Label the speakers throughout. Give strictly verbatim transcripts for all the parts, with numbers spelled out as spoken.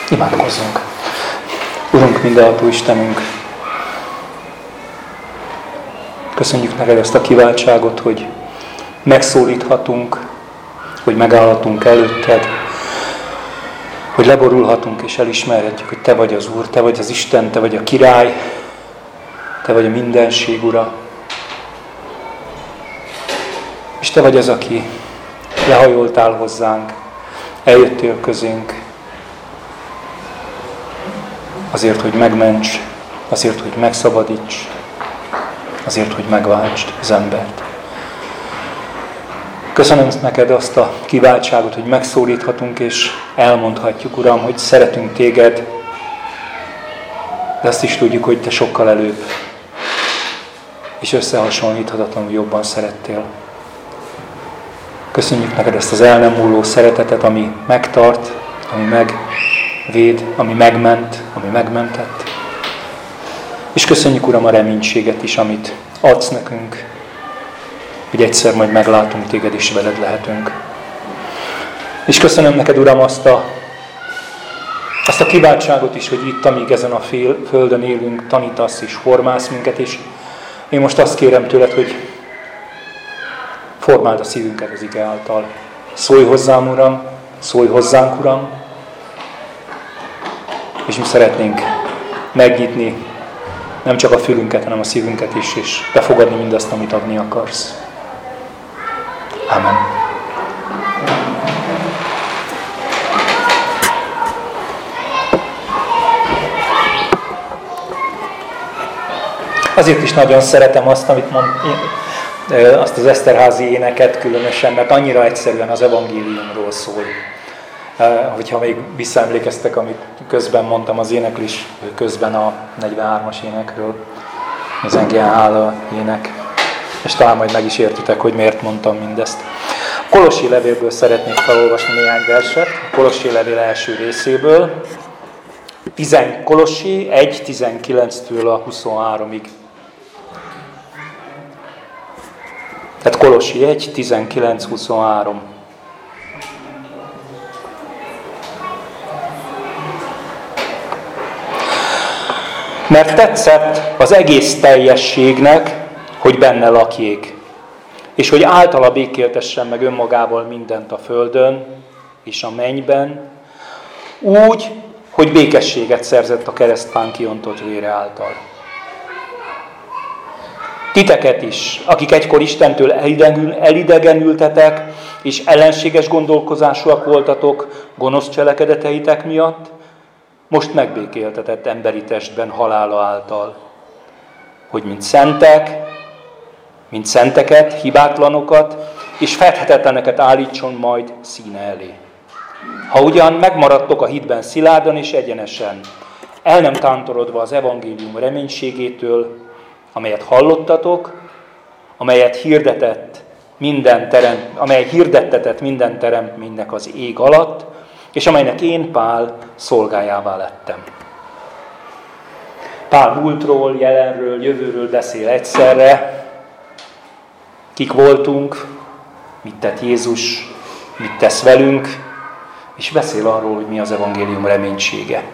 Speaker 1: Imádkozzunk. Urunk, mindenható Istenünk, köszönjük neked ezt a kiváltságot, hogy megszólíthatunk, hogy megállhatunk előtted, hogy leborulhatunk és elismerhetjük, hogy te vagy az Úr, te vagy az Isten, te vagy a király, te vagy a mindenség Ura. És te vagy az, aki lehajoltál hozzánk, eljöttél közénk, azért, hogy megments, azért, hogy megszabadíts, azért, hogy megváltsd az embert. Köszönöm neked azt a kiváltságot, hogy megszólíthatunk és elmondhatjuk, Uram, hogy szeretünk téged, de azt is tudjuk, hogy te sokkal előbb és összehasonlíthatatlanul jobban szerettél. Köszönjük neked ezt az el nem múló szeretetet, ami megtart, ami megvéd, ami megment, ami megmentett. És köszönjük, Uram, a reménységet is, amit adsz nekünk, hogy egyszer majd meglátunk téged, és veled lehetünk. És köszönöm neked, Uram, azt a, azt a kiváltságot is, hogy itt, amíg ezen a fél, földön élünk, tanítasz és formálsz minket, és én most azt kérem tőled, hogy formáld a szívünket az ige által. Szólj hozzám, Uram, szólj hozzánk, Uram, és mi szeretnénk megnyitni nem csak a fülünket, hanem a szívünket is, és befogadni mindazt, amit adni akarsz. Amen. Azért is nagyon szeretem azt, amit mond, azt az Eszterházy éneket különösen, mert annyira egyszerűen az evangéliumról szól. Hogyha még visszaemlékeztek, amit közben mondtam az éneklés, közben a negyvenhármas énekről, az Engem hála ének, és talán majd meg is értitek, hogy miért mondtam mindezt. A Kolossi levélből szeretnék felolvasni néhány verset, a Kolossi levél első részéből, Kolossi egy tizenkilenctől a huszonháromig. Tehát Kolossi egy tizenkilenc huszonhárom. Mert tetszett az egész teljességnek, hogy benne lakjék, és hogy általa békéltessen meg önmagával mindent a földön és a mennyben, úgy, hogy békességet szerzett a keresztfán kiontott vére által. Titeket is, akik egykor Istentől elidegenültetek, és ellenséges gondolkozásúak voltatok gonosz cselekedeteitek miatt, most megbékéltetett emberi testben halála által, hogy mint szentek, mint szenteket, hibátlanokat, és fedhetetleneket állítson majd színe elé. Ha ugyan megmaradtok a hitben szilárdan és egyenesen, el nem tántorodva az evangélium reménységétől, amelyet hallottatok, amelyet hirdetett minden teremt, amely hirdettetett minden teremtménynek az ég alatt, és amelynek én, Pál, szolgájává lettem. Pál múltról, jelenről, jövőről beszél egyszerre. Kik voltunk, mit tett Jézus, mit tesz velünk, és beszél arról, hogy mi az evangélium reménysége.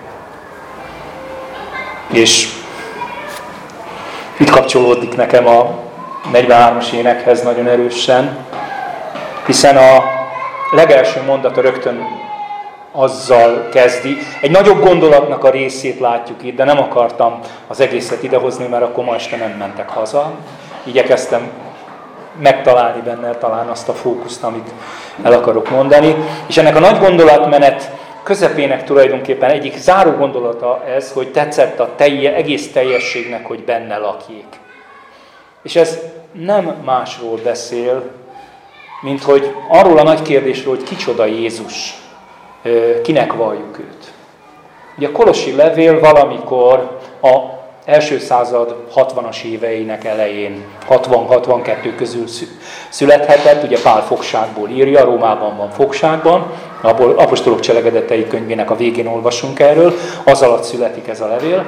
Speaker 1: És itt kapcsolódik nekem a negyvenhármas énekhez nagyon erősen, hiszen a legelső mondata rögtön azzal kezdi. Egy nagyobb gondolatnak a részét látjuk itt, de nem akartam az egészet idehozni, mert akkor ma este nem mentek haza. Igyekeztem megtalálni benne talán azt a fókuszt, amit el akarok mondani. És ennek a nagy gondolatmenet közepének tulajdonképpen egyik záró gondolata ez, hogy tetszett a telje, egész teljességnek, hogy benne lakjék. És ez nem másról beszél, mint hogy arról a nagy kérdésről, hogy kicsoda Jézus, kinek valljuk őt. Ugye a kolossi levél valamikor a első század hatvanas éveinek elején, hatvan-hatvankettő közül születhetett, ugye Pál fogságból írja, Rómában van fogságban, apostolok cselekedetei könyvének a végén olvasunk erről, az alatt születik ez a levél.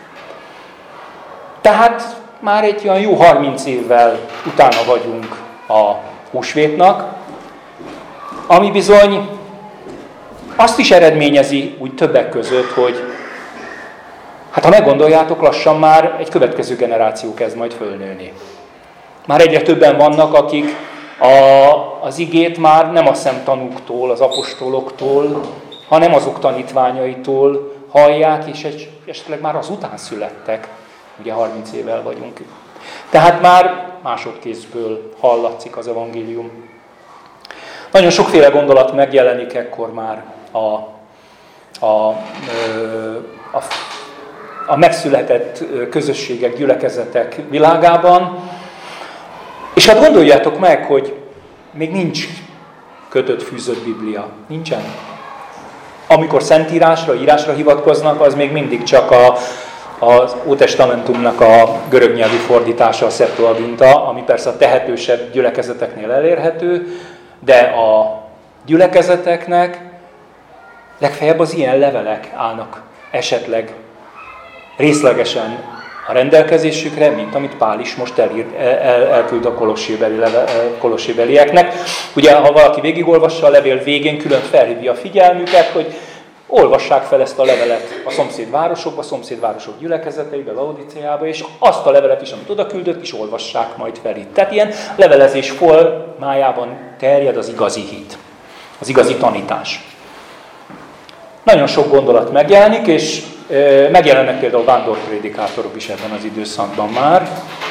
Speaker 1: Tehát már egy olyan jó harminc évvel utána vagyunk a húsvétnak, ami bizony azt is eredményezi úgy többek között, hogy hát ha meggondoljátok, lassan már egy következő generáció kezd majd fölnőni. Már egyre többen vannak, akik a, az igét már nem a szemtanúktól, az apostoloktól, hanem azok tanítványaitól hallják, és egy, esetleg már azután születtek. Ugye harminc évvel vagyunk. Tehát már másodkézből hallatszik az evangélium. Nagyon sokféle gondolat megjelenik ekkor már a, a, a, a megszületett közösségek, gyülekezetek világában. És hát gondoljátok meg, hogy még nincs kötött, fűzött Biblia. Nincsen. Amikor szentírásra, írásra hivatkoznak, az még mindig csak a, az Ótestamentumnak a görög nyelvű fordítása, a Septuaginta, ami persze a tehetősebb gyülekezeteknél elérhető, de a gyülekezeteknek legfeljebb az ilyen levelek állnak esetleg részlegesen a rendelkezésükre, mint amit Pál is most elír, el, elküld a kolossébeli leve, kolossébelieknek. Ugye, ha valaki végigolvassa a levél végén, külön felhívja a figyelmüket, hogy olvassák fel ezt a levelet a szomszédvárosokba, a szomszédvárosok gyülekezeteibe, Laodicéába, és azt a levelet is, amit oda küldött, is olvassák majd fel itt. Tehát ilyen levelezés formájában terjed az igazi hit, az igazi tanítás. Nagyon sok gondolat megjelenik, és e, megjelennek például vándorprédikátorok is ebben az időszakban már.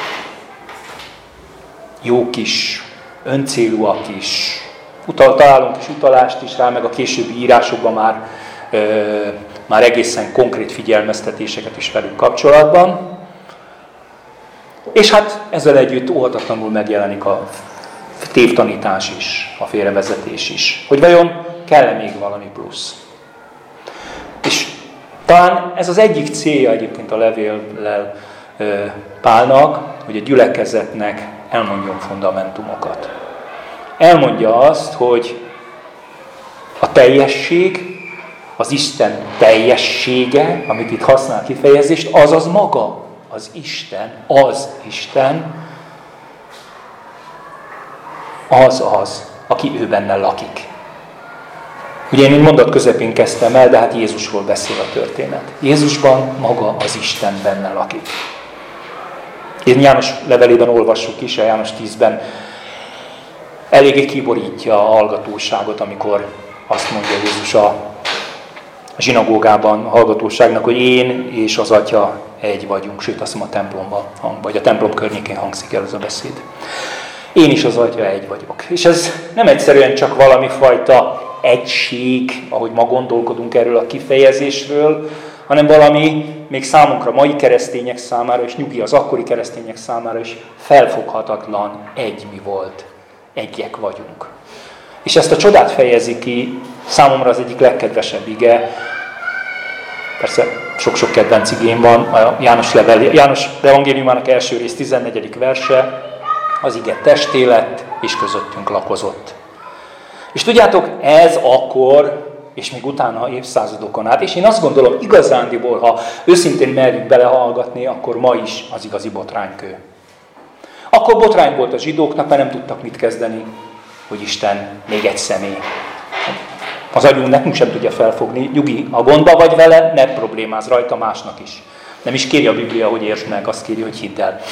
Speaker 1: Jó kis, öncélúak is, Utal, találunk is utalást is rá, meg a későbbi írásokban már, e, már egészen konkrét figyelmeztetéseket is velük kapcsolatban. És hát ezzel együtt óhatatlanul megjelenik a tévtanítás is, a félrevezetés is. Hogy vajon kell-e még valami plusz? És talán ez az egyik célja egyébként a levéllel Pálnak, hogy a gyülekezetnek elmondjon fundamentumokat. Elmondja azt, hogy a teljesség, az Isten teljessége, amit itt használ kifejezést, az az maga, az Isten, az Isten, az az, aki ő benne lakik. Ugye én egy mondat közepén kezdtem el, de hát Jézusról beszél a történet. Jézusban maga az Isten benne lakik. Én János levelében olvassuk is, a János tízben eléggé kiborítja a hallgatóságot, amikor azt mondja Jézus a zsinagógában a hallgatóságnak, hogy én és az Atya egy vagyunk, sőt azt mondom a templomban, vagy a templom környékén hangzik el ez a beszéd. Én is az Atya egy vagyok. És ez nem egyszerűen csak valami fajta egység, ahogy ma gondolkodunk erről a kifejezésről, hanem valami még számunkra, mai keresztények számára, és nyugi az akkori keresztények számára is felfoghatatlan egy mi volt. Egyek vagyunk. És ezt a csodát fejezi ki számomra az egyik legkedvesebb ige. Persze sok-sok kedvenc igém van. A János, level, János evangéliumának első rész tizennegyedik verse. Az ige testé lett, és közöttünk lakozott. És tudjátok, ez akkor, és még utána évszázadokon át, és én azt gondolom, igazándiból, ha őszintén merjük belehallgatni, akkor ma is az igazi botránykő. Akkor botrány volt a zsidóknak, mert nem tudtak mit kezdeni, hogy Isten még egy személy. Az agyunk nekünk sem tudja felfogni, nyugi, a gondba vagy vele, ne problémáz rajta másnak is. Nem is kéri a Biblia, hogy értsd meg, azt kéri, hogy hidd el.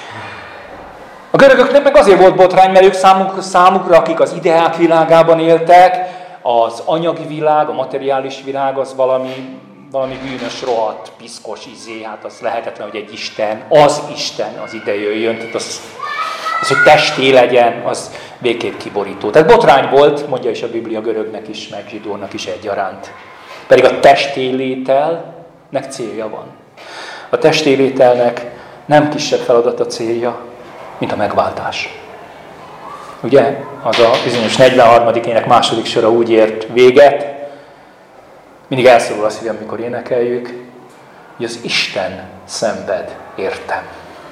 Speaker 1: A görögöknek meg azért volt botrány, mert ők számukra, számukra, akik az ideák világában éltek, az anyagi világ, a materiális világ az valami, valami bűnös, rohadt, piszkos izé, hát az lehetetlen, hogy egy Isten, az Isten az ide jöjjön, tehát az, az, hogy testé legyen, az végképp kiborító. Tehát botrány volt, mondja is a Biblia görögnek is, meg zsidónak is egyaránt. Pedig a testélételnek célja van. A testélételnek nem kisebb feladat a célja, mint a megváltás. Ugye? Az a bizonyos negyvenharmadik ének második sora úgy ért véget, mindig elszólal a szívem, amikor énekeljük, hogy az Isten szenved értem.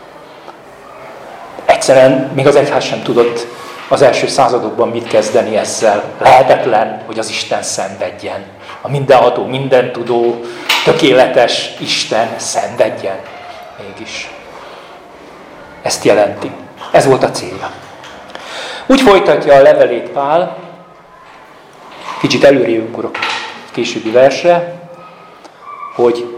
Speaker 1: Egyszerűen még az egyház sem tudott az első századokban mit kezdeni ezzel. Lehetetlen, hogy az Isten szenvedjen. A mindenható, mindentudó, tökéletes Isten szenvedjen. Mégis. Ezt jelenti. Ez volt a célja. Úgy folytatja a levelét Pál, kicsit előrébb ugrok. későbbi versre, hogy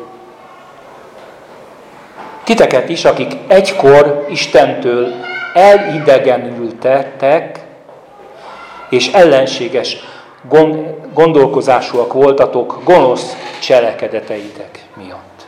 Speaker 1: titeket is, akik egykor Istentől elidegenültek, és ellenséges gondolkozásúak voltatok gonosz cselekedeteitek miatt.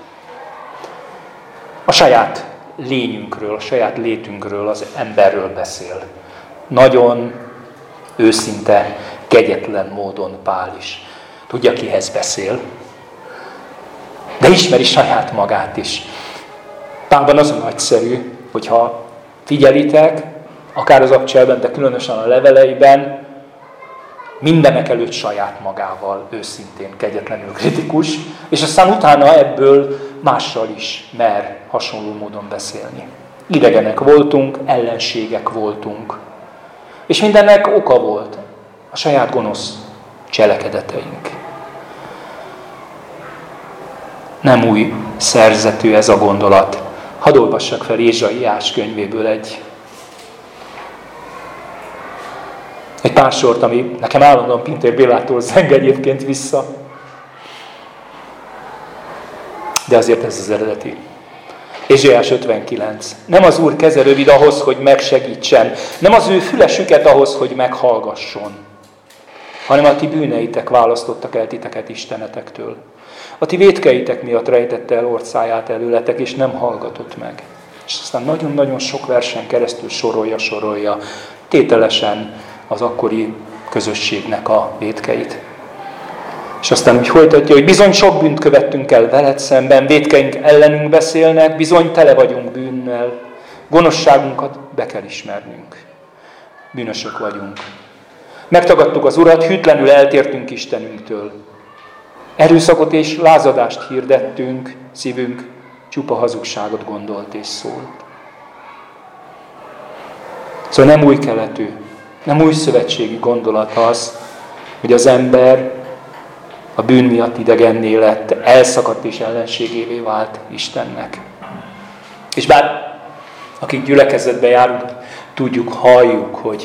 Speaker 1: A saját lényünkről, a saját létünkről, az emberről beszél. Nagyon őszinte, kegyetlen módon Pál is. Tudja, kihez beszél, de ismeri saját magát is. Pálban az a nagyszerű, hogyha figyelitek, akár az Abcselben, de különösen a leveleiben, mindenek előtt saját magával, őszintén, kegyetlenül kritikus, és aztán utána ebből mással is mer hasonló módon beszélni. Idegenek voltunk, ellenségek voltunk. És mindennek oka volt, a saját gonosz cselekedeteink. Nem új szerzetű ez a gondolat. Hadd olvassak fel Ézsaiás könyvéből egy, egy pár sort, ami nekem állandóan Pintér Bélától zeng egyébként vissza. De azért ez az eredeti. Ézsaiás ötvenkilenc. Nem az Úr keze rövid ahhoz, hogy megsegítsen, nem az ő füle süket ahhoz, hogy meghallgasson, hanem a ti bűneitek választottak el titeket istenetektől. A ti vétkeitek miatt rejtette el orcáját előletek, és nem hallgatott meg. És aztán nagyon-nagyon sok versen keresztül sorolja, sorolja, tételesen az akkori közösségnek a vétkeit. És aztán úgy folytatja, hogy bizony sok bűnt követtünk el veled szemben, vétkeink ellenünk beszélnek, bizony tele vagyunk bűnnel, gonoszságunkat be kell ismernünk. Bűnösök vagyunk. Megtagadtuk az Urat, hűtlenül eltértünk Istenünktől. Erőszakot és lázadást hirdettünk, szívünk csupa hazugságot gondolt és szólt. Szóval nem új keletű, nem új szövetségi gondolat az, hogy az ember a bűn miatt idegenné lett, elszakadt és ellenségévé vált Istennek. És bár akik gyülekezetbe járunk, tudjuk, halljuk, hogy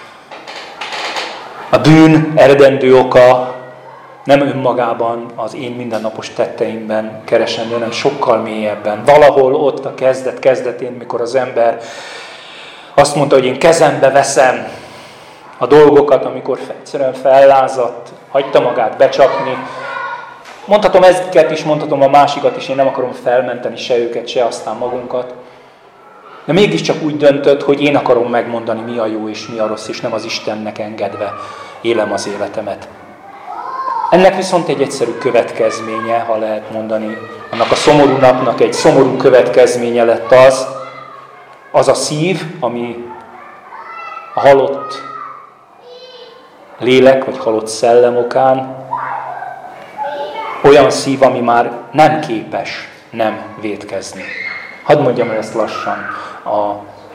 Speaker 1: a bűn eredendő oka nem önmagában az én mindennapos tetteimben keresendő, hanem sokkal mélyebben. Valahol ott a kezdet kezdetén, mikor az ember azt mondta, hogy én kezembe veszem a dolgokat, amikor egyszerűen fellázadt, hagyta magát becsapni. Mondhatom ezeket is, mondhatom a másikat is, én nem akarom felmenteni se őket, se aztán magunkat. De mégiscsak úgy döntött, hogy én akarom megmondani, mi a jó és mi a rossz, és nem az Istennek engedve élem az életemet. Ennek viszont egy egyszerű következménye, ha lehet mondani, annak a szomorú napnak egy szomorú következménye lett az, az a szív, ami a halott lélek, vagy halott szellem okán, olyan szív, ami már nem képes nem vétkezni. Hadd mondjam el ezt lassan. A,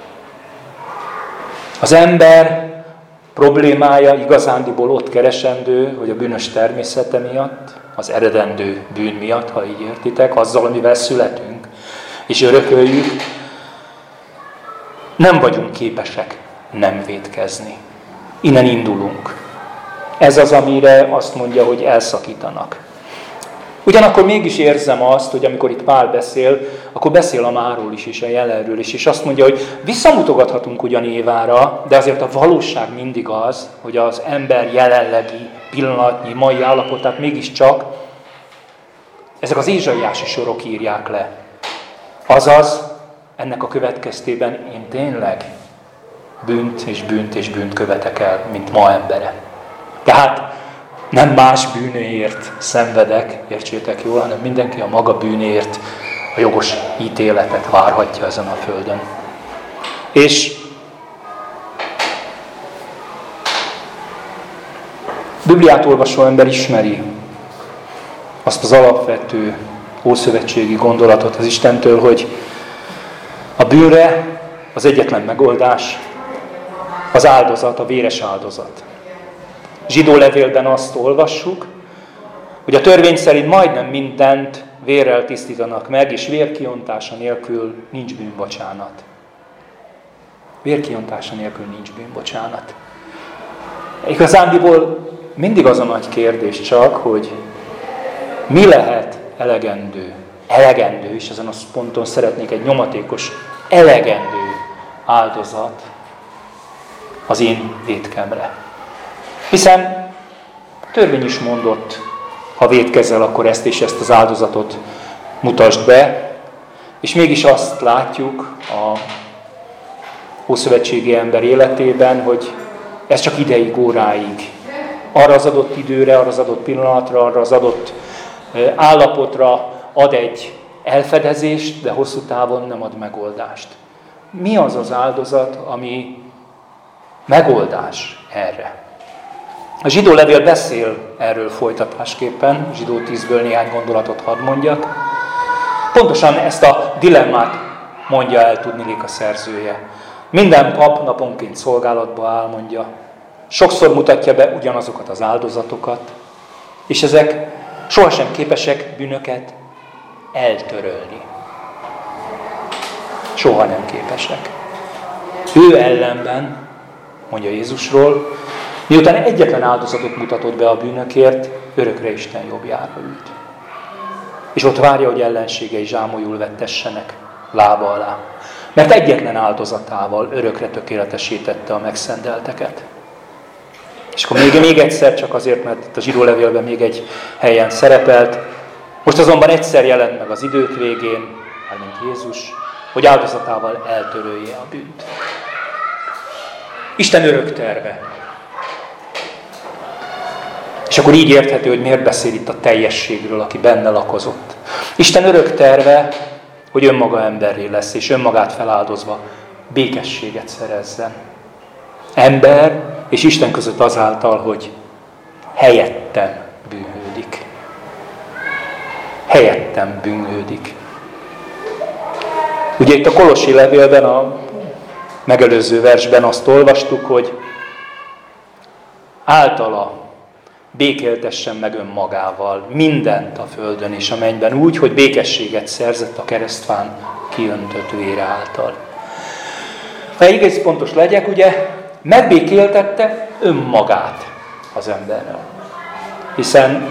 Speaker 1: az ember problémája igazándiból ott keresendő, hogy a bűnös természete miatt, az eredendő bűn miatt, ha így értitek, azzal, amivel születünk, és örököljük, nem vagyunk képesek nem vétkezni. Innen indulunk. Ez az, amire azt mondja, hogy elszakítanak. Ugyanakkor mégis érzem azt, hogy amikor itt Pál beszél, akkor beszél a máról is, és a jelenről is, és azt mondja, hogy visszamutogathatunk ugyan Évára, de azért a valóság mindig az, hogy az ember jelenlegi, pillanatnyi, mai állapotát mégiscsak ezek az ézsaiási sorok írják le. Azaz, ennek a következtében én tényleg bűnt és bűnt és bűnt követek el, mint ma embere. Tehát nem más bűnért szenvedek, értsétek jól, hanem mindenki a maga bűnért a jogos ítéletet várhatja ezen a földön. És Bibliát olvasó ember ismeri azt az alapvető ószövetségi gondolatot az Istentől, hogy a bűnre az egyetlen megoldás az áldozat, a véres áldozat. Zsidó levélben azt olvassuk, hogy a törvény szerint majdnem mindent vérrel tisztítanak meg, és vérkiontása nélkül nincs bűnbocsánat. Vérkiontása nélkül nincs bűnbocsánat. Igazándiból mindig az a nagy kérdés csak, hogy Mi lehet elegendő? Elegendő, és ezen a ponton szeretnék egy nyomatékos, elegendő áldozat az én vétkemre. Hiszen a törvény is mondott, ha vétkezel, akkor ezt és ezt az áldozatot mutasd be, és mégis azt látjuk a ószövetségi ember életében, hogy ez csak ideig, óráig. Arra az adott időre, arra az adott pillanatra, arra az adott állapotra ad egy elfedezést, de hosszú távon nem ad megoldást. Mi az az áldozat, ami megoldás erre? A zsidó levél beszél erről folytatásképpen, zsidó tízből néhány gondolatot hadd mondjak. Pontosan ezt a dilemmát mondja el tudniillik a szerzője. Minden pap naponként szolgálatba áll, mondja. Sokszor mutatja be ugyanazokat az áldozatokat, és ezek sohasem képesek bűnöket eltörölni. Soha nem képesek. Ő ellenben, mondja Jézusról, miután egyetlen áldozatot mutatott be a bűnökért, örökre Isten jobbjára ült. És ott várja, hogy ellenségei zsámolyul vettessenek lába alá. Mert egyetlen áldozatával örökre tökéletesítette a megszentelteket. És akkor még, még egyszer, csak azért, mert itt a zsidó levélben még egy helyen szerepelt, most azonban egyszer jelent meg az idők végén, mármint Jézus, hogy áldozatával eltörölje a bűnt. Isten örök terve. És akkor így érthető, hogy miért beszél itt a teljességről, aki benne lakozott. Isten örök terve, hogy önmaga emberré lesz, és önmagát feláldozva békességet szerezzen. Ember és Isten között azáltal, hogy helyettem bűnhődik. Helyettem bűnhődik. Ugye itt a Kolossi levélben, a megelőző versben azt olvastuk, hogy általa békéltessen meg önmagával mindent a földön és a mennyben úgy, hogy békességet szerzett a keresztfán kiöntött vére által. Ha egész pontos legyek, ugye, megbékéltette önmagát az emberrel. Hiszen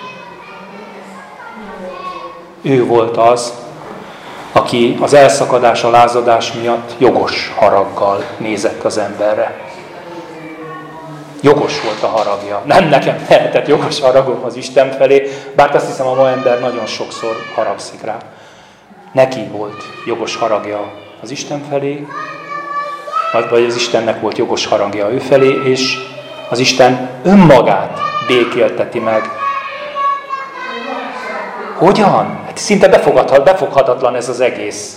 Speaker 1: ő volt az, aki az elszakadás, a lázadás miatt jogos haraggal nézett az emberre. Jogos volt a haragja. Nem nekem lehetett jogos haragom az Isten felé, bár azt hiszem, a ma ember nagyon sokszor haragszik rá. Neki volt jogos haragja az Isten felé, vagy az Istennek volt jogos haragja ő felé, és az Isten önmagát békélteti meg. Hogyan? Hát szinte befoghatatlan ez az egész.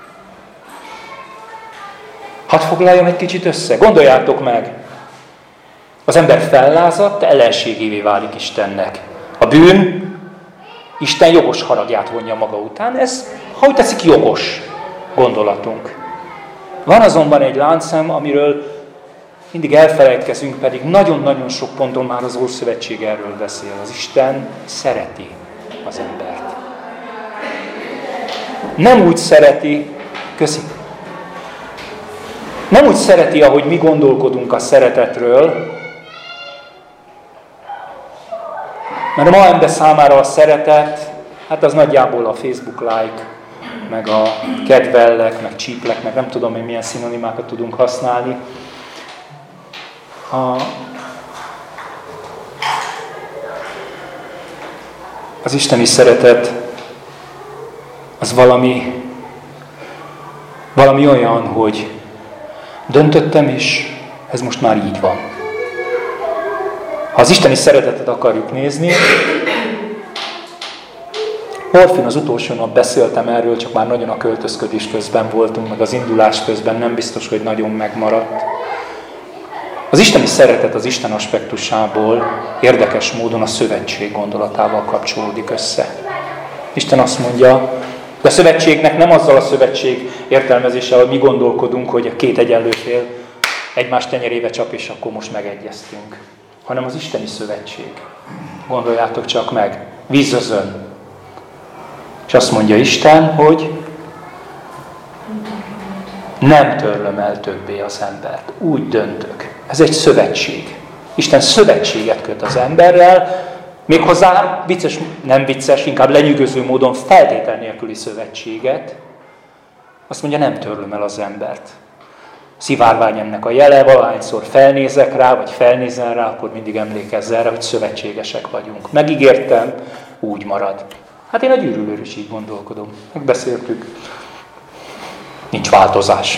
Speaker 1: Hadd foglaljam egy kicsit össze. Gondoljátok meg, az ember fellázadt, ellenségévé válik Istennek. A bűn Isten jogos haragját vonja maga után. Ez, ha úgy tetszik, jogos gondolatunk. Van azonban egy láncszem, amiről mindig elfelejtkezünk, pedig nagyon-nagyon sok ponton már az Ószövetség erről beszél. Az Isten szereti az embert. Nem úgy szereti, köszi, nem úgy szereti, ahogy mi gondolkodunk a szeretetről, mert a ma ember számára a szeretet, hát az nagyjából a Facebook like, meg a kedvellek, meg csíplek, meg nem tudom, hogy milyen szinonimákat tudunk használni. A, az isteni szeretet az valami, valami olyan, hogy döntöttem, és ez most már így van. Ha az isteni szeretetet akarjuk nézni, Orfin az utolsó nap beszéltem erről, csak már nagyon a költözködés közben voltunk, meg az indulás közben nem biztos, hogy nagyon megmaradt. Az isteni szeretet az Isten aspektusából érdekes módon a szövetség gondolatával kapcsolódik össze. Isten azt mondja, de a szövetségnek nem azzal a szövetség értelmezéssel, hogy mi gondolkodunk, hogy a két egyenlő fél egymás tenyerébe csap, és akkor most megegyeztünk. Hanem az isteni szövetség. Gondoljátok csak meg, vízözön. És azt mondja Isten, hogy nem törlöm el többé az embert. Úgy döntök. Ez egy szövetség. Isten szövetséget köt az emberrel, Méghozzá vicces, nem vicces, inkább lenyűgöző módon feltétel nélküli szövetséget. Azt mondja, nem törlöm el az embert. Szivárvány ennek a jele, valahányszor felnézek rá, vagy felnézel rá, akkor mindig emlékezz erre, hogy szövetségesek vagyunk. Megígértem, úgy marad. Hát én a gyűrűről is így gondolkodom. Megbeszéltük. Nincs változás.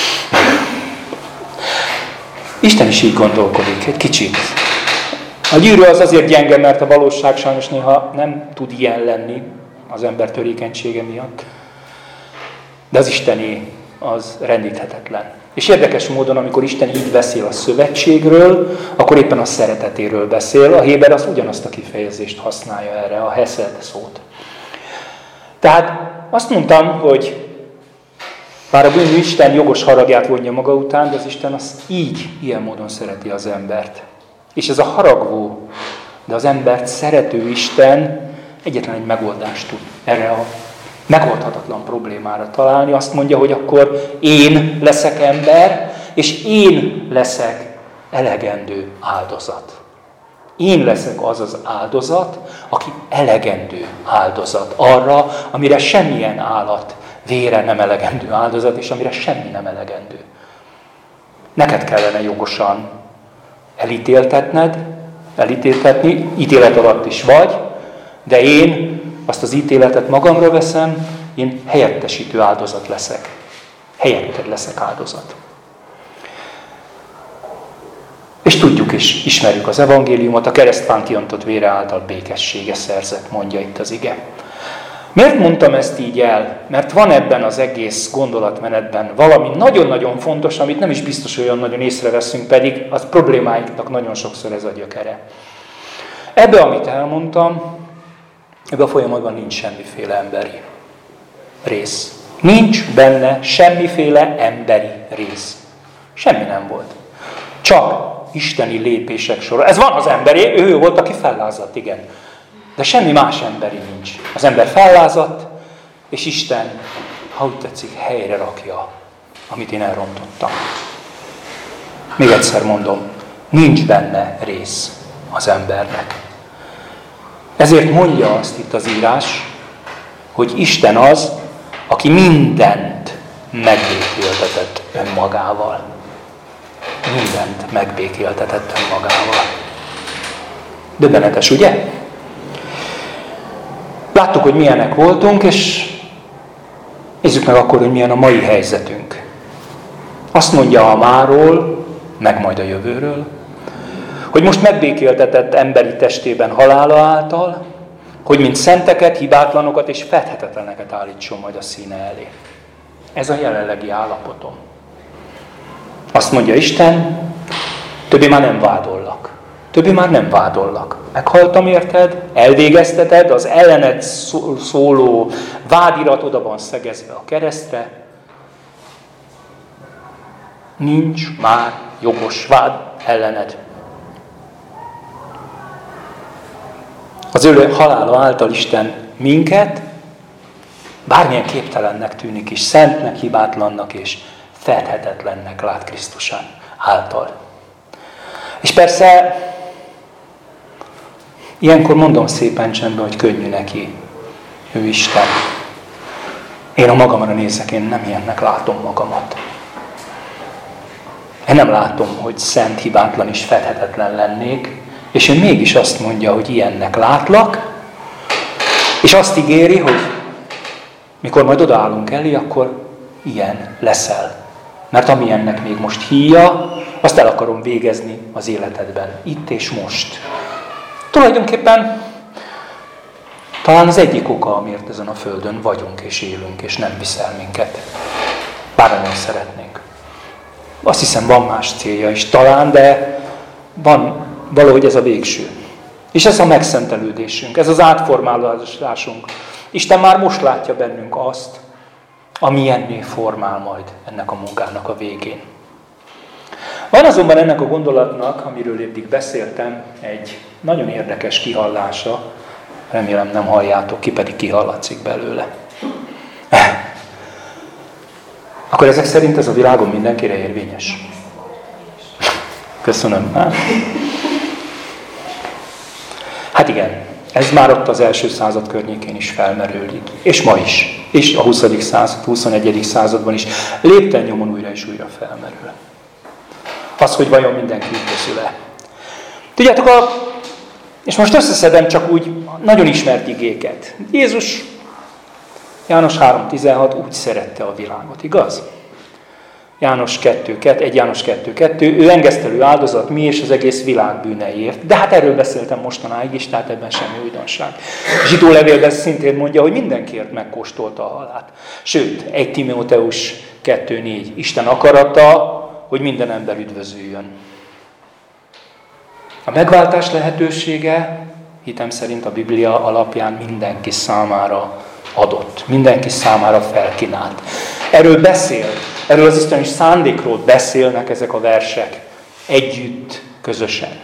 Speaker 1: Isten is így gondolkodik, egy kicsit. A gyűrű az azért gyenge, mert a valóság sajnos néha nem tud ilyen lenni az ember törékenysége miatt. De az Istené az rendíthetetlen. És érdekes módon, amikor Isten így beszél a szövetségről, akkor éppen a szeretetéről beszél. A Héber az ugyanazt a kifejezést használja erre, a heszed szót. Tehát azt mondtam, hogy bár a bűnű Isten jogos haragját vonja maga után, de az Isten azt így, ilyen módon szereti az embert. És ez a haragvó, de az embert szerető Isten egyetlen egy megoldást tud erre a megoldhatatlan problémára találni. Azt mondja, hogy akkor én leszek ember, és én leszek elegendő áldozat. Én leszek az az áldozat, aki elegendő áldozat arra, amire semmilyen állat vére nem elegendő áldozat, és amire semmi nem elegendő. Neked kellene jogosan elítéltetned, elítéltetni, ítélet alatt is vagy, de én azt az ítéletet magamra veszem, én helyettesítő áldozat leszek. Helyetted leszek áldozat. És tudjuk és ismerjük az evangéliumot, a keresztfán kiontott vére által békessége szerzett, mondja itt az ige. Miért mondtam ezt így el? Mert van ebben az egész gondolatmenetben valami nagyon-nagyon fontos, amit nem is biztos olyan nagyon észreveszünk, pedig az problémáinknak nagyon sokszor ez a gyökere. Ebbe, amit elmondtam, ebbe a folyamatban nincs semmiféle emberi rész. Nincs benne semmiféle emberi rész. Semmi nem volt. Csak isteni lépések sora. Ez van az emberé, ő volt, aki fellázadt, igen. De semmi más emberi nincs. Az ember fellázadt, és Isten, ha úgy tetszik, helyre rakja, amit én elrontottam. Még egyszer mondom, nincs benne rész az embernek. Ezért mondja azt itt az írás, hogy Isten az, aki mindent megbékéltetett önmagával. Mindent megbékéltetett önmagával. Döbbenetes, ugye? Láttuk, hogy milyenek voltunk, és nézzük meg akkor, hogy milyen a mai helyzetünk. Azt mondja a máról, meg majd a jövőről, hogy most megbékéltetett emberi testében halála által, hogy mint szenteket, hibátlanokat és fedhetetleneket állítson majd a színe elé. Ez a jelenlegi állapotom. Azt mondja Isten, többé már nem vádollak. Többé már nem vádollak. Meghaltam érted, elvégezteted, az ellened szóló vádirat oda van szegezve a keresztre. Nincs már jogos vád ellened. Az ő halála által Isten minket, bármilyen képtelennek tűnik is, szentnek, hibátlannak és fedhetetlennek lát Krisztus által. És persze, ilyenkor mondom szépen csendben, hogy könnyű neki. Ő Isten. Én a magamra nézek, én nem ilyennek látom magamat. Én nem látom, hogy szent, hibátlan és fedhetetlen lennék, és ő mégis azt mondja, hogy ilyennek látlak, és azt ígéri, hogy mikor majd odaállunk elé, akkor ilyen leszel. Mert amilyennek még most híja, azt el akarom végezni az életedben. Itt és most. Tulajdonképpen talán az egyik oka, amiért ezen a földön vagyunk és élünk, és nem viszel minket. Bár nagyon szeretnénk. Azt hiszem, van más célja is talán, de van valahogy ez a végső. És ez a megszentelődésünk, ez az átformálásunk. Isten már most látja bennünk azt, ami ennél formál majd ennek a munkának a végén. Van azonban ennek a gondolatnak, amiről eddig beszéltem, egy nagyon érdekes kihallása. Remélem nem halljátok ki, pedig kihallatszik belőle. Akkor ezek szerint ez a világon mindenkire érvényes. Köszönöm. Hát Hát igen, ez már ott az első század környékén is felmerül, és ma is, és a huszadik század, huszonegyedik században is lépten nyomon újra és újra felmerül. Az, hogy vajon mindenki üdvözül-e. Tudjátok, a, és most összeszedem csak úgy nagyon ismert igéket. Jézus, János három tizenhat úgy szerette a világot, igaz? János kettő kettő, egy János kettő kettő, ő engesztelő áldozat mi és az egész világ bűneiért. De hát erről beszéltem mostanáig is, tehát ebben semmi újdonság. Zsidó levélben szintén mondja, hogy mindenkiért megkóstolta a halált. Sőt, egy Timóteus kettő négy, Isten akarata, hogy minden ember üdvözüljön. A megváltás lehetősége, hitem szerint a Biblia alapján mindenki számára adott, mindenki számára felkínált. Erről beszél, erről az isteni szándékról beszélnek ezek a versek együtt, közösen.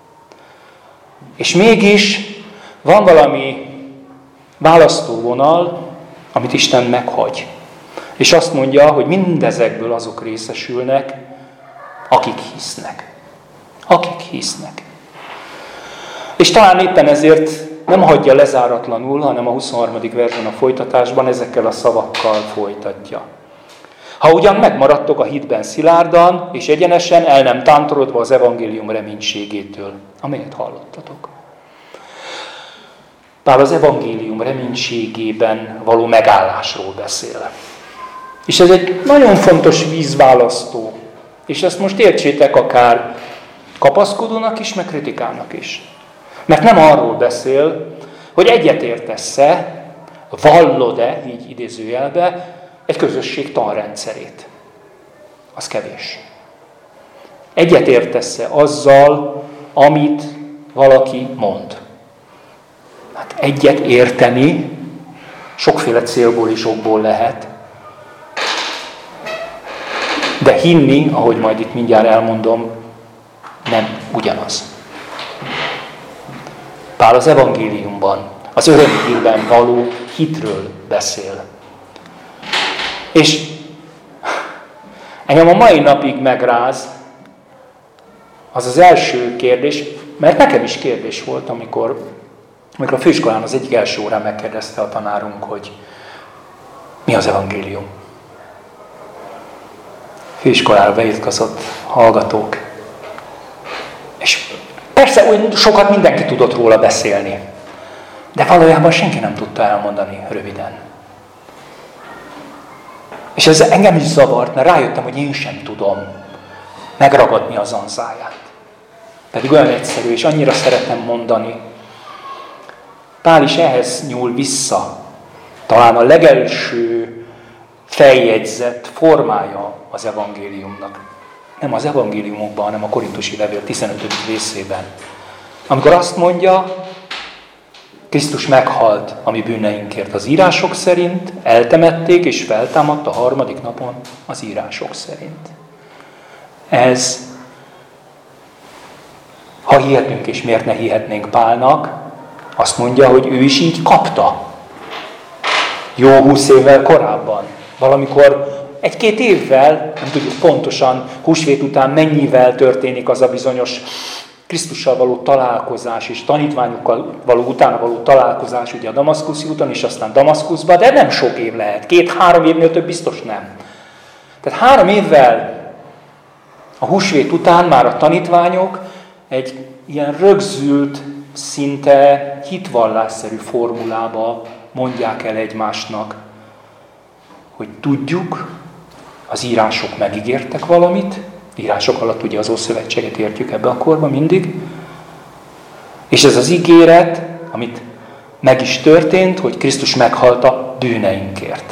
Speaker 1: És mégis van valami választóvonal, amit Isten meghagy. És azt mondja, hogy mindezekből azok részesülnek, akik hisznek. Akik hisznek. És talán éppen ezért nem hagyja lezáratlanul, hanem a huszonharmadik versen a folytatásban ezekkel a szavakkal folytatja. Ha ugyan megmaradtok a hitben szilárdan, és egyenesen el nem tántorodva az evangélium reménységétől, amelyet hallottatok. Pál az evangélium reménységében való megállásról beszél. És ez egy nagyon fontos vízválasztó. És ezt most értsétek akár kapaszkodónak is, meg kritikának is. Mert nem arról beszél, hogy egyetértesz-e, vallod-e, így idézőjelbe, egy közösség tanrendszerét. Az kevés. Egyetértesz-e azzal, amit valaki mond. Hát egyet érteni sokféle célból és okból lehet. De hinni, ahogy majd itt mindjárt elmondom, nem ugyanaz. Pál az evangéliumban, az örömhírben való hitről beszél. És engem a mai napig megráz az az első kérdés, mert nekem is kérdés volt, amikor, amikor a főiskolán az egyik első órán megkérdezte a tanárunk, hogy mi az evangélium. Főiskolára beírkozott hallgatók. És persze olyan sokat mindenki tudott róla beszélni, de valójában senki nem tudta elmondani röviden. És ez engem is zavart, mert rájöttem, hogy én sem tudom megragadni az anzáját. Pedig olyan egyszerű, és annyira szeretem mondani. Pál is ehhez nyúl vissza. Talán a legelső feljegyzett formája az evangéliumnak. Nem az evangéliumokban, hanem a korintusi levél tizenötödik részében. Amikor azt mondja, Krisztus meghalt a mi bűneinkért az írások szerint, eltemették és feltámadt a harmadik napon az írások szerint. Ez, ha hihetünk és miért ne hihetnénk Pálnak, azt mondja, hogy ő is így kapta. Jó húsz évvel korábban. Valamikor egy-két évvel, nem tudjuk pontosan, húsvét után mennyivel történik az a bizonyos Krisztussal való találkozás, és tanítványokkal való utána való találkozás, ugye a damaszkuszi úton, és aztán Damaszkuszban, de nem sok év lehet. Két-három évnél több biztos nem. Tehát három évvel a húsvét után már a tanítványok egy ilyen rögzült, szinte hitvallásszerű formulába mondják el egymásnak, hogy tudjuk, az írások megígértek valamit, írások alatt ugye az Ószövetséget értjük ebbe a korban mindig, és ez az ígéret, amit meg is történt, hogy Krisztus meghalt a bűneinkért.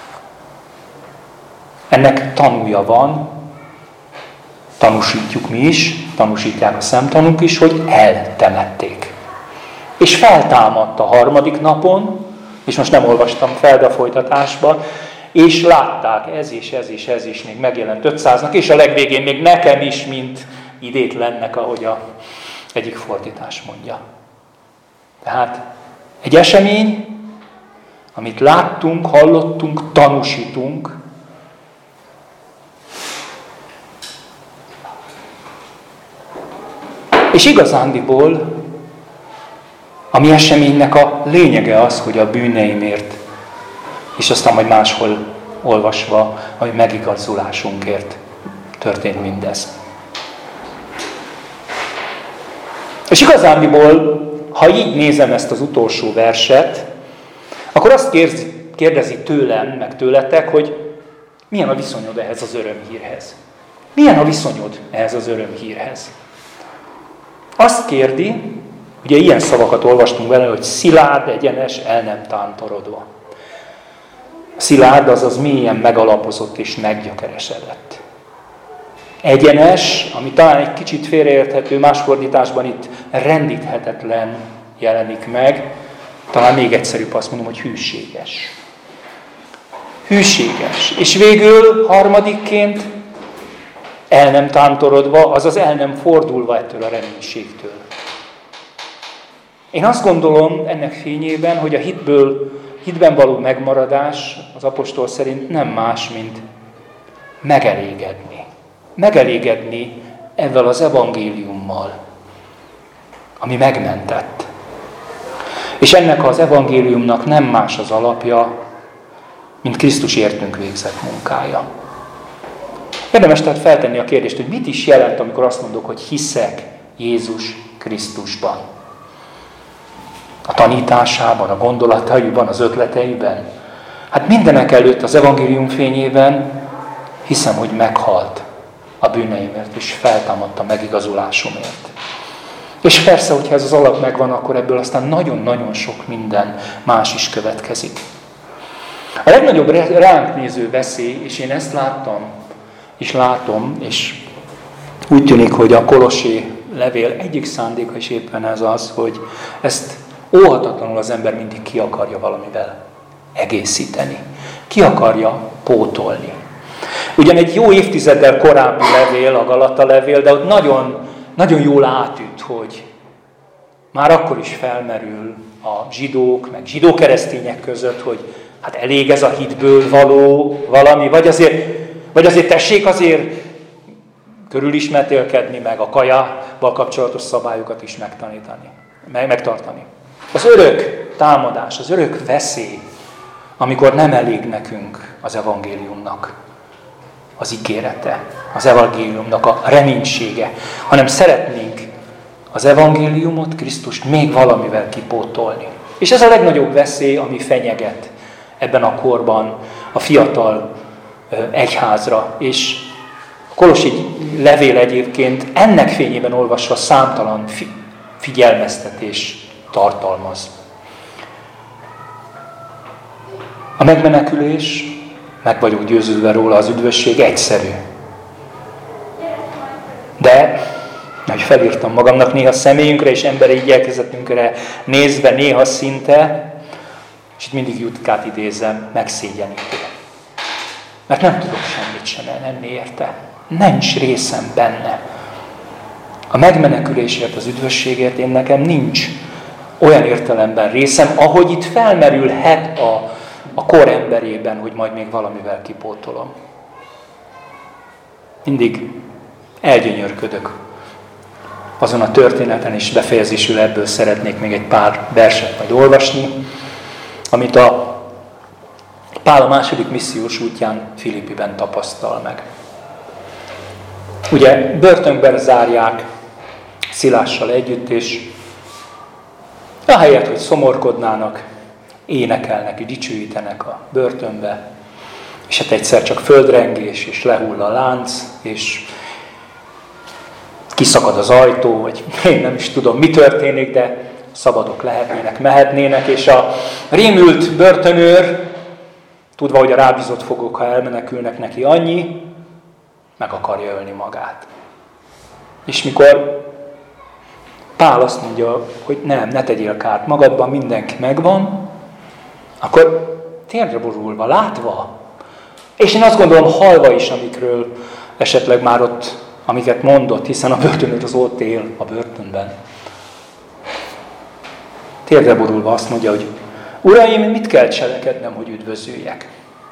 Speaker 1: Ennek tanúja van, tanúsítjuk mi is, tanúsítják a szemtanúk is, hogy eltemették. És feltámadt a harmadik napon, és most nem olvastam fel, de a folytatásban, és látták, ez és ez és ez is még megjelent ötszáznak, és a legvégén még nekem is, mint idétlennek, ahogy a egyik fordítás mondja. Tehát egy esemény, amit láttunk, hallottunk, tanúsítunk, és igazándiból A mi eseménynek a lényege az, hogy a bűneimért, és aztán majd máshol olvasva, hogy megigazulásunkért történt mindez. És igazándiból, ha így nézem ezt az utolsó verset, akkor azt kérdezi tőlem, meg tőletek, hogy milyen a viszonyod ehhez az örömhírhez. Milyen a viszonyod ehhez az örömhírhez? Azt kérdi, ugye ilyen szavakat olvastunk vele, hogy szilárd, egyenes, el nem tántorodva. Szilárd, azaz mélyen megalapozott és meggyökeresedett. Egyenes, ami talán egy kicsit félreérthető, más fordításban itt rendíthetetlen jelenik meg, talán még egyszerűbb azt mondom, hogy hűséges. Hűséges. És végül harmadikként el nem tántorodva, azaz el nem fordulva ettől a reménységtől. Én azt gondolom ennek fényében, hogy a hitből, hitben való megmaradás az apostol szerint nem más, mint megelégedni. Megelégedni ezzel az evangéliummal, ami megmentett. És ennek az evangéliumnak nem más az alapja, mint Krisztus értünk végzett munkája. Érdemes tehát feltenni a kérdést, hogy mit is jelent, amikor azt mondok, hogy hiszek Jézus Krisztusban. A tanításában, a gondolataiban, az ötleteiben. Hát mindenek előtt az evangélium fényében hiszem, hogy meghalt a bűneimért, és feltámadt a megigazulásomért. És persze, hogyha ez az alap megvan, akkor ebből aztán nagyon-nagyon sok minden más is következik. A legnagyobb ránk néző veszély, és én ezt láttam, és látom, és úgy tűnik, hogy a Kolossé levél egyik szándéka is éppen ez az, hogy ezt óhatatlanul az ember mindig ki akarja valamivel egészíteni. Ki akarja pótolni. Ugyan egy jó évtizeddel korábbi levél, a Galata levél, de ott nagyon, nagyon jól átüt, hogy már akkor is felmerül a zsidók, meg zsidó-keresztények között, hogy hát elég ez a hitből való valami, vagy azért, vagy azért tessék azért körülismertélkedni, meg a kajával kapcsolatos szabályokat is megtanítani, meg, megtartani. Az örök támadás, az örök veszély, amikor nem elég nekünk az evangéliumnak az ígérete, az evangéliumnak a reménysége, hanem szeretnénk az evangéliumot, Krisztust még valamivel kipótolni. És ez a legnagyobb veszély, ami fenyeget ebben a korban a fiatal egyházra. És a Kolossi levél egyébként ennek fényében olvasva számtalan figyelmeztetés tartalmaz. A megmenekülés, meg vagyok győződve róla, az üdvösség egyszerű. De, ahogy felírtam magamnak, néha személyünkre és emberi igyekezetünkre nézve, néha szinte, és itt mindig Jutkát idézem, megszégyenítő. Mert nem tudok semmit sem ellenni érte. Nincs részem benne. A megmenekülésért, az üdvösségért én nekem nincs olyan értelemben részem, ahogy itt felmerülhet a, a kor emberében, hogy majd még valamivel kipótolom. Mindig elgyönyörködök azon a történeten, és befejezésül ebből szeretnék még egy pár verset majd olvasni, amit a Pál a második missziós útján Filippiben tapasztal meg. Ugye börtönben zárják Szilással együtt, és ahelyett, hogy szomorkodnának, énekelnek, dicsőítenek a börtönbe, és hát egyszer csak földrengés, és lehull a lánc, és kiszakad az ajtó, vagy én nem is tudom, mi történik, de szabadok lehetnének, mehetnének, és a rémült börtönőr, tudva, hogy a rábízott fogok, ha elmenekülnek neki annyi, meg akarja ölni magát. És mikor Pál azt mondja, hogy nem, ne tegyél kárt magadban, mindenki megvan, akkor térdre borulva, látva, és én azt gondolom halva is, amikről esetleg már ott, amiket mondott, hiszen a börtönőr az ott él a börtönben. Térdre borulva azt mondja, hogy Uraim, mit kell cselekednem, hogy üdvözüljek?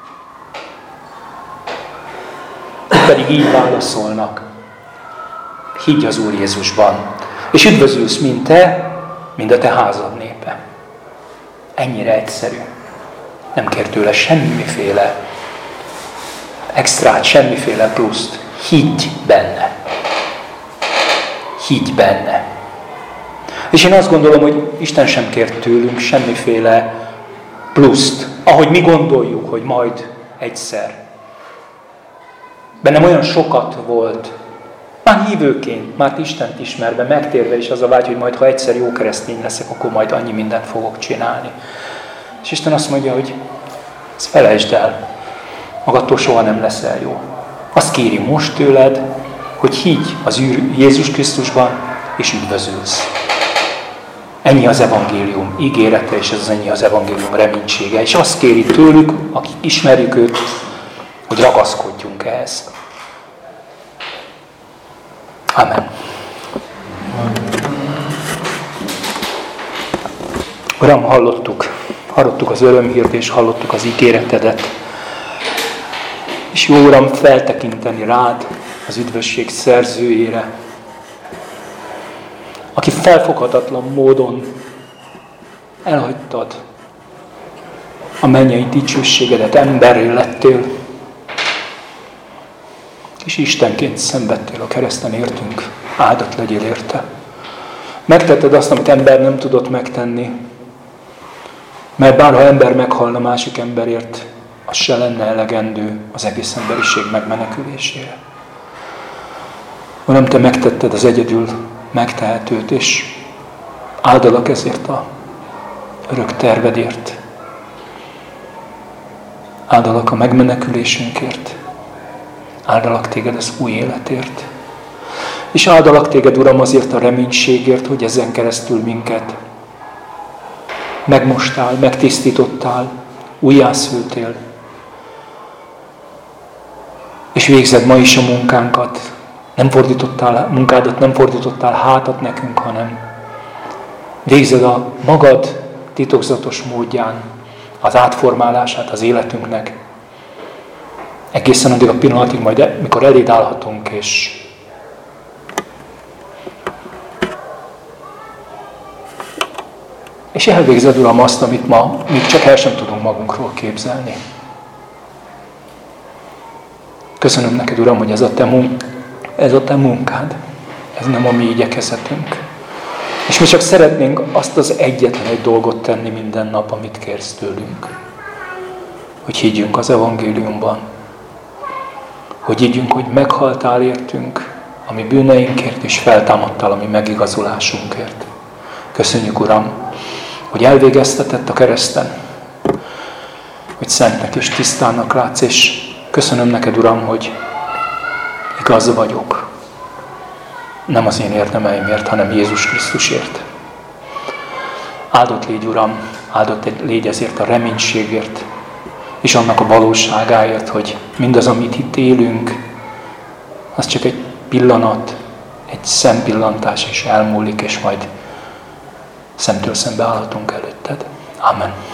Speaker 1: Pedig így válaszolnak. Higgy az Úr Jézusban, és üdvözülsz mind te, mint a te házad népe. Ennyire egyszerű. Nem kér tőle semmiféle extrát, semmiféle pluszt. Higgy benne. Higgy benne. És én azt gondolom, hogy Isten sem kér tőlünk semmiféle pluszt, ahogy mi gondoljuk, hogy majd egyszer. Bennem olyan sokat volt, már hívőként, már Istent ismerve, megtérve is az a vágy, hogy majd, ha egyszer jó keresztény leszek, akkor majd annyi mindent fogok csinálni. És Isten azt mondja, hogy ezt felejtsd el, magadtól soha nem leszel jó. Azt kéri most tőled, hogy higgy az Úr Jézus Krisztusban, és üdvözülsz. Ennyi az evangélium ígérete, és ez ennyi az evangélium reménysége. És azt kéri tőlük, akik ismerjük őt, hogy ragaszkodjunk ehhez. Amen. Uram, hallottuk, hallottuk az örömhírt, és hallottuk az ígéretedet. És jó, Uram, feltekinteni rád, az üdvösség szerzőjére, aki felfoghatatlan módon elhagytad a mennyei dicsőségedet, emberré lettél, és Istenként szenvedtél a kereszten értünk, áldott legyél érte. Megtetted azt, amit ember nem tudott megtenni, mert bárha ember meghalna másik emberért, az se lenne elegendő az egész emberiség megmenekülésére. Uram, te megtetted az egyedül megtehetőt, és áldalak ezért a örök tervedért. Áldalak a megmenekülésünkért. Áldalak téged az új életért. És áldalak téged, Uram, azért a reménységért, hogy ezen keresztül minket megmostál, megtisztítottál, újjászültél. És végzed ma is a munkánkat. Nem fordítottál, munkádat nem fordítottál hátat nekünk, hanem végzed a magad titokzatos módján az átformálását az életünknek. Egészen addig a pillanatig, majd mikor eléd állhatunk, és és elvégzed, Uram, azt, amit ma még csak el sem tudunk magunkról képzelni. Köszönöm neked, Uram, hogy ez a te, munk- ez a te munkád. Ez nem a mi igyekezetünk. És mi csak szeretnénk azt az egyetlen egy dolgot tenni minden nap, amit kérsz tőlünk. Hogy higgyünk az evangéliumban. Hogy higgyünk, hogy meghaltál értünk, a mi bűneinkért, és feltámadtál a mi megigazulásunkért. Köszönjük, Uram, hogy elvégeztetett a kereszten, hogy szentnek és tisztának látsz, és köszönöm neked, Uram, hogy igaz vagyok. Nem az én érdemeimért, hanem Jézus Krisztusért. Áldott légy, Uram, áldott légy ezért a reménységért, és annak a valóságáért, hogy mindaz, amit itt élünk, az csak egy pillanat, egy szempillantás, és elmúlik, és majd szemtől szembe állhatunk előtted. Amen.